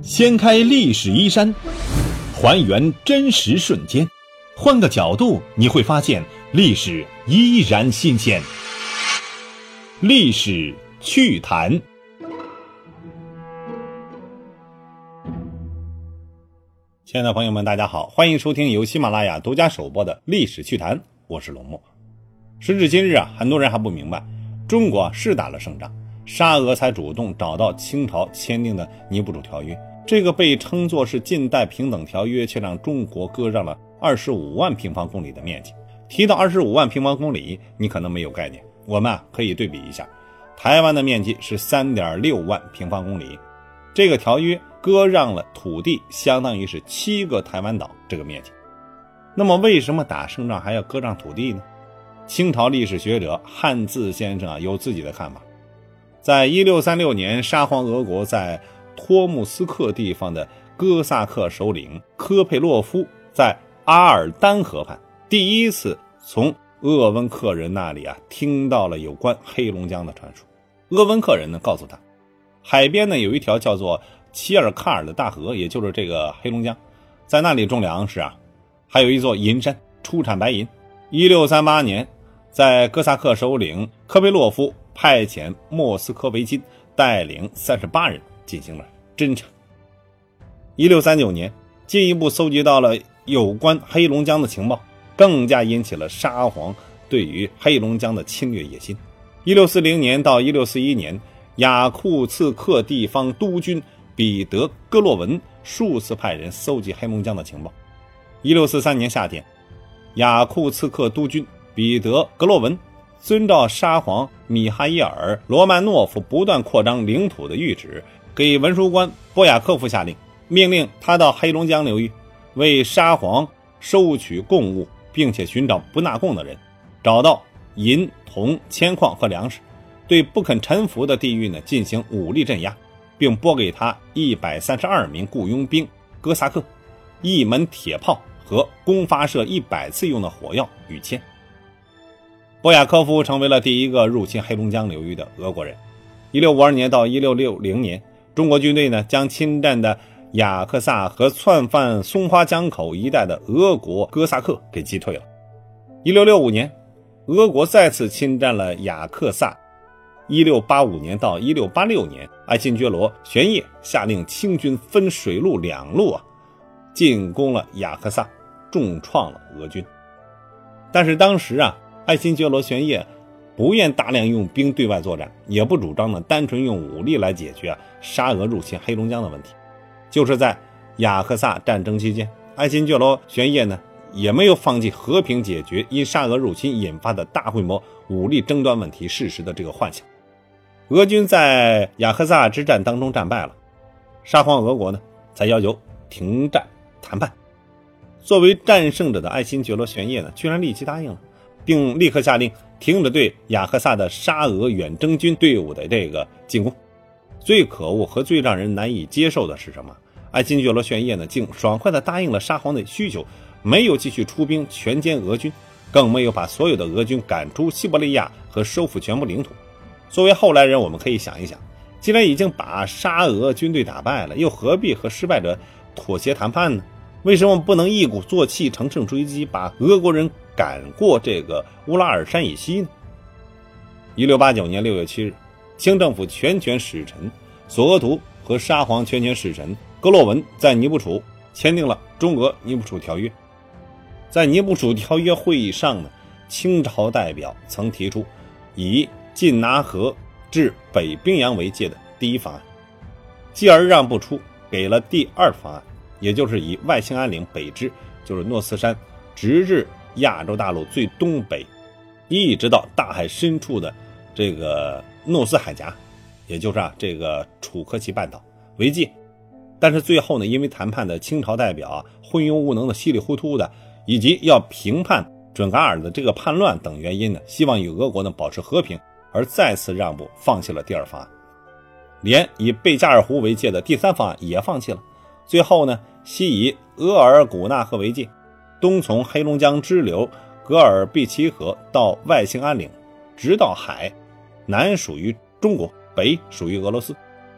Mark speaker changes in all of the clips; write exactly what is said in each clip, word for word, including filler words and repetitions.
Speaker 1: 掀开历史衣衫，还原真实瞬间，换个角度你会发现历史依然新鲜。历史趣谈。亲爱的朋友们，大家好，欢迎收听由喜马拉雅独家首播的历史趣谈，我是龙墨。时至今日啊，很多人还不明白，中国是打了胜仗，沙俄才主动找到清朝签订的尼布楚条约。这个被称作是近代平等条约，却让中国割让了二十五万平方公里的面积。提到二十五万平方公里，你可能没有概念，我们啊可以对比一下，台湾的面积是 三点六万平方公里，这个条约割让了土地相当于是七个台湾岛这个面积。那么为什么打胜仗还要割让土地呢？清朝历史学者汉字先生啊有自己的看法。在一六三六年，沙皇俄国在托木斯克地方的哥萨克首领科佩洛夫在阿尔丹河畔第一次从鄂温克人那里啊听到了有关黑龙江的传说。鄂温克人呢告诉他，海边呢有一条叫做齐尔卡尔的大河，也就是这个黑龙江，在那里种粮食啊，还有一座银山出产白银。一六三八年，在哥萨克首领科佩洛夫派遣莫斯科维金带领三十八人进行了侦查。一六三九年，进一步搜集到了有关黑龙江的情报，更加引起了沙皇对于黑龙江的侵略野心。一六四零年到一六四一年，雅库茨克地方督军彼得·戈洛文数次派人搜集黑龙江的情报。一六四三年夏天，雅库茨克督军彼得·格洛文遵照沙皇米哈伊尔·罗曼诺夫不断扩张领土的谕旨，给文书官波雅科夫下令，命令他到黑龙江流域为沙皇收取贡物，并且寻找不纳贡的人，找到银、铜、铅矿和粮食，对不肯臣服的地域呢进行武力镇压，并拨给他一百三十二名雇佣兵哥萨克、一门铁炮和供发射一百次用的火药与铅。波雅科夫成为了第一个入侵黑龙江流域的俄国人。一六五二年到一六六零年，中国军队呢将侵占的雅克萨和窜犯松花江口一带的俄国哥萨克给击退了。一六六五年，俄国再次侵占了雅克萨。一六八五年到一六八六年，爱新觉罗玄烨下令清军分水陆两路啊进攻了雅克萨，重创了俄军。但是当时啊爱新觉罗玄烨不愿大量用兵对外作战，也不主张呢单纯用武力来解决啊沙俄入侵黑龙江的问题。就是在雅克萨战争期间，爱新觉罗玄烨呢也没有放弃和平解决因沙俄入侵引发的大规模武力争端问题事实的这个幻想。俄军在雅克萨之战当中战败了，沙皇俄国呢才要求停战谈判。作为战胜者的爱新觉罗玄烨呢居然立即答应了，并立刻下令停止对雅克萨的沙俄远征军队伍的这个进攻。最可恶和最让人难以接受的是什么？爱新觉罗玄烨呢竟爽快地答应了沙皇的需求，没有继续出兵全歼俄军，更没有把所有的俄军赶出西伯利亚和收复全部领土。作为后来人，我们可以想一想，既然已经把沙俄军队打败了，又何必和失败者妥协谈判呢？为什么不能一鼓作气乘胜追击，把俄国人赶过这个乌拉尔山以西呢？一六八九年六月七日，清政府全权使臣索额图和沙皇全权使臣格洛文在尼布楚签订了中俄尼布楚条约。在尼布楚条约会议上呢，清朝代表曾提出以晋拿河至北冰洋为界的第一方案，继而让步出给了第二方案，也就是以外兴安岭北支，就是诺斯山，直至亚洲大陆最东北，一直到大海深处的这个诺斯海峡，也就是啊这个楚科奇半岛为界。但是最后呢，因为谈判的清朝代表啊昏庸无能的稀里糊涂的，以及要平叛准噶尔的这个叛乱等原因呢，希望与俄国呢保持和平，而再次让步，放弃了第二方案，连以贝加尔湖为界的第三方案也放弃了。最后呢，西以额尔古纳河为界，东从黑龙江支流格尔毕齐河到外兴安岭，直到海，南属于中国，北属于俄罗斯。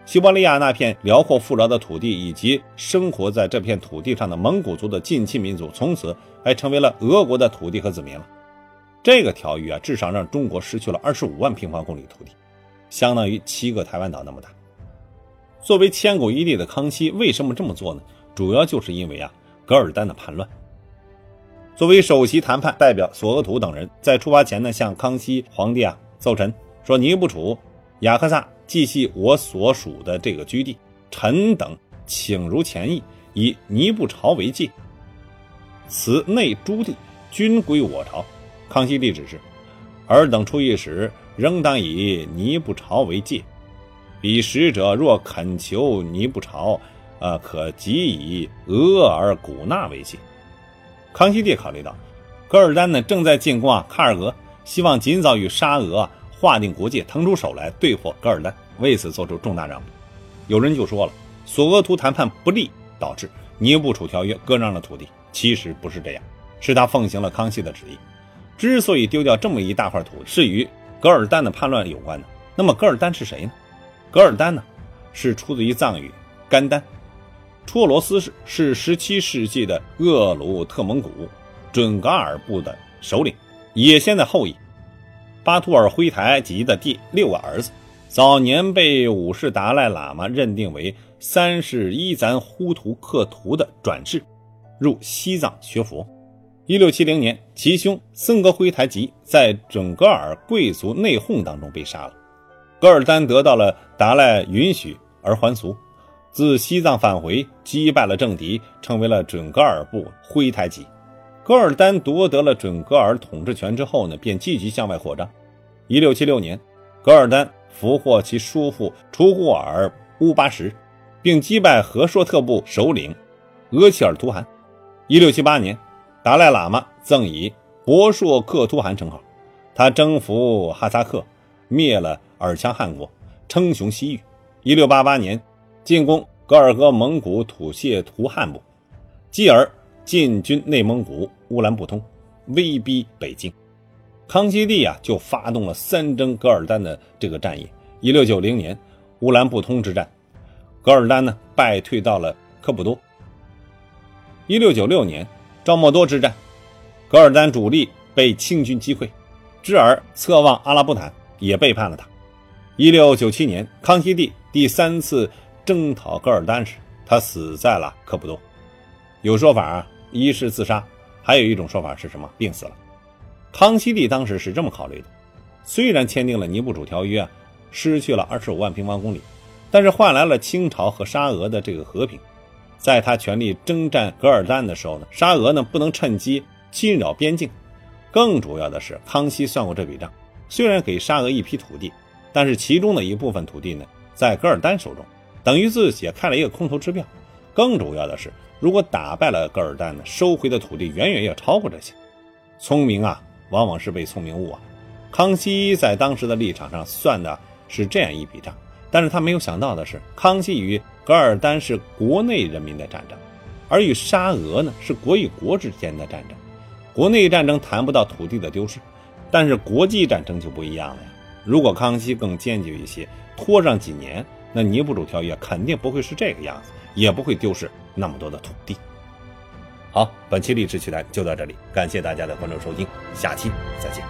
Speaker 1: 西伯利亚那片辽阔富饶的土地以及生活在这片土地上的蒙古族的近亲民族，从此还成为了俄国的土地和子民了。这个条约啊，至少让中国失去了二十五万平方公里土地，相当于七个台湾岛那么大。作为千古一帝的康熙为什么这么做呢？主要就是因为啊噶尔丹的叛乱。作为首席谈判代表，索额图等人在出发前呢，向康熙皇帝啊奏陈说，尼布楚、雅克萨既系我所属的这个居地，臣等请如前议，以尼布朝为界，此内诸地均归我朝。康熙帝指示，尔等出议时，仍当以尼布朝为界。彼使者若恳求尼布朝，呃，可即以额尔古纳为界。康熙帝考虑到噶尔丹呢正在进攻啊喀尔俄，希望尽早与沙俄啊划定国界，腾出手来对付噶尔丹，为此做出重大让步。有人就说了，索额图谈判不利，导致尼布楚条约割让了土地。其实不是这样，是他奉行了康熙的旨意。之所以丢掉这么一大块土地，是与噶尔丹的叛乱有关的。那么噶尔丹是谁呢？噶尔丹呢是出自于藏语甘丹，绰罗斯氏是十七世纪的鄂鲁特蒙古准噶尔部的首领，也先的后裔，巴图尔辉台吉的第六个儿子，早年被五世达赖喇嘛认定为三世伊赞呼图克图的转世，入西藏学佛。一六七零年，其兄森格辉台吉在准噶尔贵族内讧当中被杀了。噶尔丹得到了达赖允许而还俗，自西藏返回，击败了政敌，成为了准噶尔部辉台吉。噶尔丹夺得了准噶尔统治权之后呢，便积极向外扩张。一六七六年，噶尔丹俘获其叔父楚古尔乌巴什，并击败和硕特部首领额齐尔图汗。一六七八年，达赖喇嘛赠以博硕克图汗称号，他征服哈萨克，灭了尔羌汗国，称雄西域。一六八八年，进攻噶尔戈蒙古土谢图汗部，继而进军内蒙古乌兰布通，威逼北京。康熙帝啊就发动了三征噶尔丹的这个战役。一六九零年乌兰布通之战，噶尔丹呢败退到了科普多。一六九六年赵莫多之战，噶尔丹主力被清军击溃，之而侧望阿拉布坦也背叛了他。一六九七年康熙帝第三次征讨噶尔丹时，他死在了科普多。有说法啊，一是自杀，还有一种说法是什么？病死了。康熙帝当时是这么考虑的，虽然签订了尼布楚条约啊，失去了二十五万平方公里，但是换来了清朝和沙俄的这个和平。在他全力征战噶尔丹的时候呢，沙俄呢不能趁机侵扰边境。更主要的是，康熙算过这笔账，虽然给沙俄一批土地，但是其中的一部分土地呢在噶尔丹手中，等于自己开了一个空头支票。更主要的是，如果打败了噶尔丹呢，收回的土地远远要超过这些。聪明啊，往往是被聪明误啊。康熙在当时的立场上算的是这样一笔账，但是他没有想到的是，康熙与噶尔丹是国内人民的战争，而与沙俄呢是国与国之间的战争。国内战争谈不到土地的丢失，但是国际战争就不一样了呀。如果康熙更坚决一些，拖上几年，那尼布楚条约肯定不会是这个样子，也不会丢失那么多的土地。好，本期历史趣谈就到这里，感谢大家的关注收听，下期再见。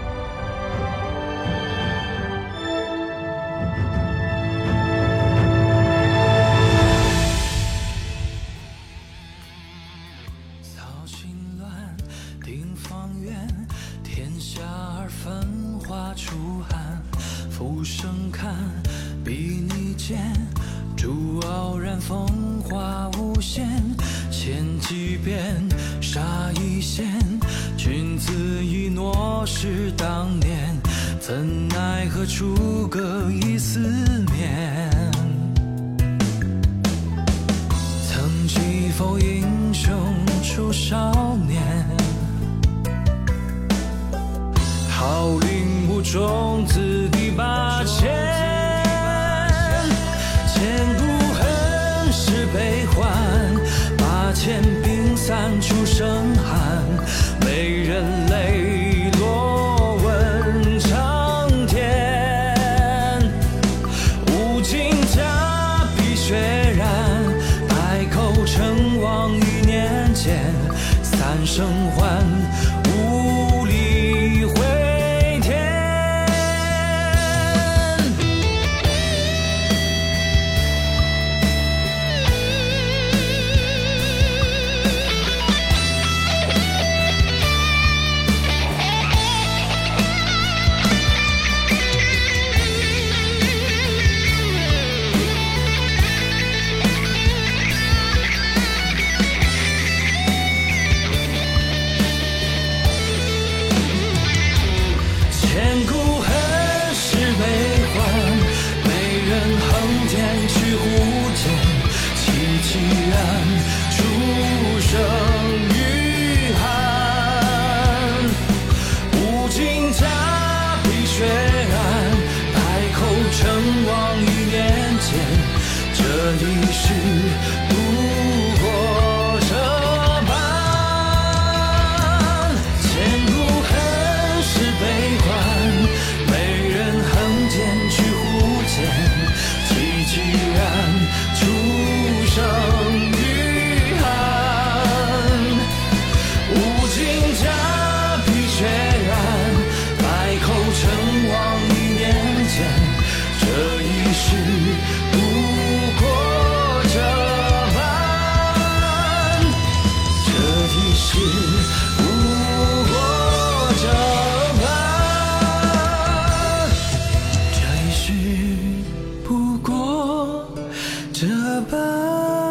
Speaker 2: 浮生看，比你见，朱傲然风华无限，千机变，杀一线，君子一诺是当年，怎奈何处隔一思念。曾记否英雄出少年，号令无中自第八千，千古恨是悲欢，八千冰散出生寒，美人泪落问苍天。 生还，无力回天。千古恨是悲欢，没人横天去呼见，凄凄然出生于寒。无尽家碧血染，百口成王一念间，这一世度过这般。千古恨是悲欢，没人横剑去呼见，凄凄然出生于寒。无尽家碧血染，百口成王一念间，这一世度过这般，这一世度过这般，这一世不过这般。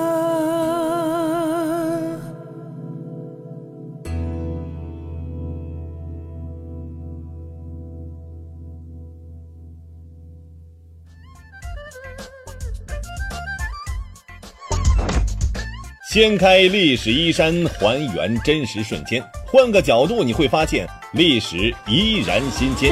Speaker 1: 掀开历史衣衫，还原真实瞬间，换个角度你会发现历史依然新鲜。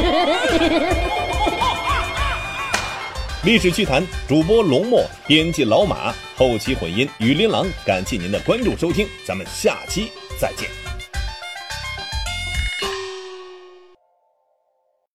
Speaker 1: 历史趣谈，主播龙墨，编辑老马，后期混音雨林郎，感谢您的关注收听，咱们下期再见。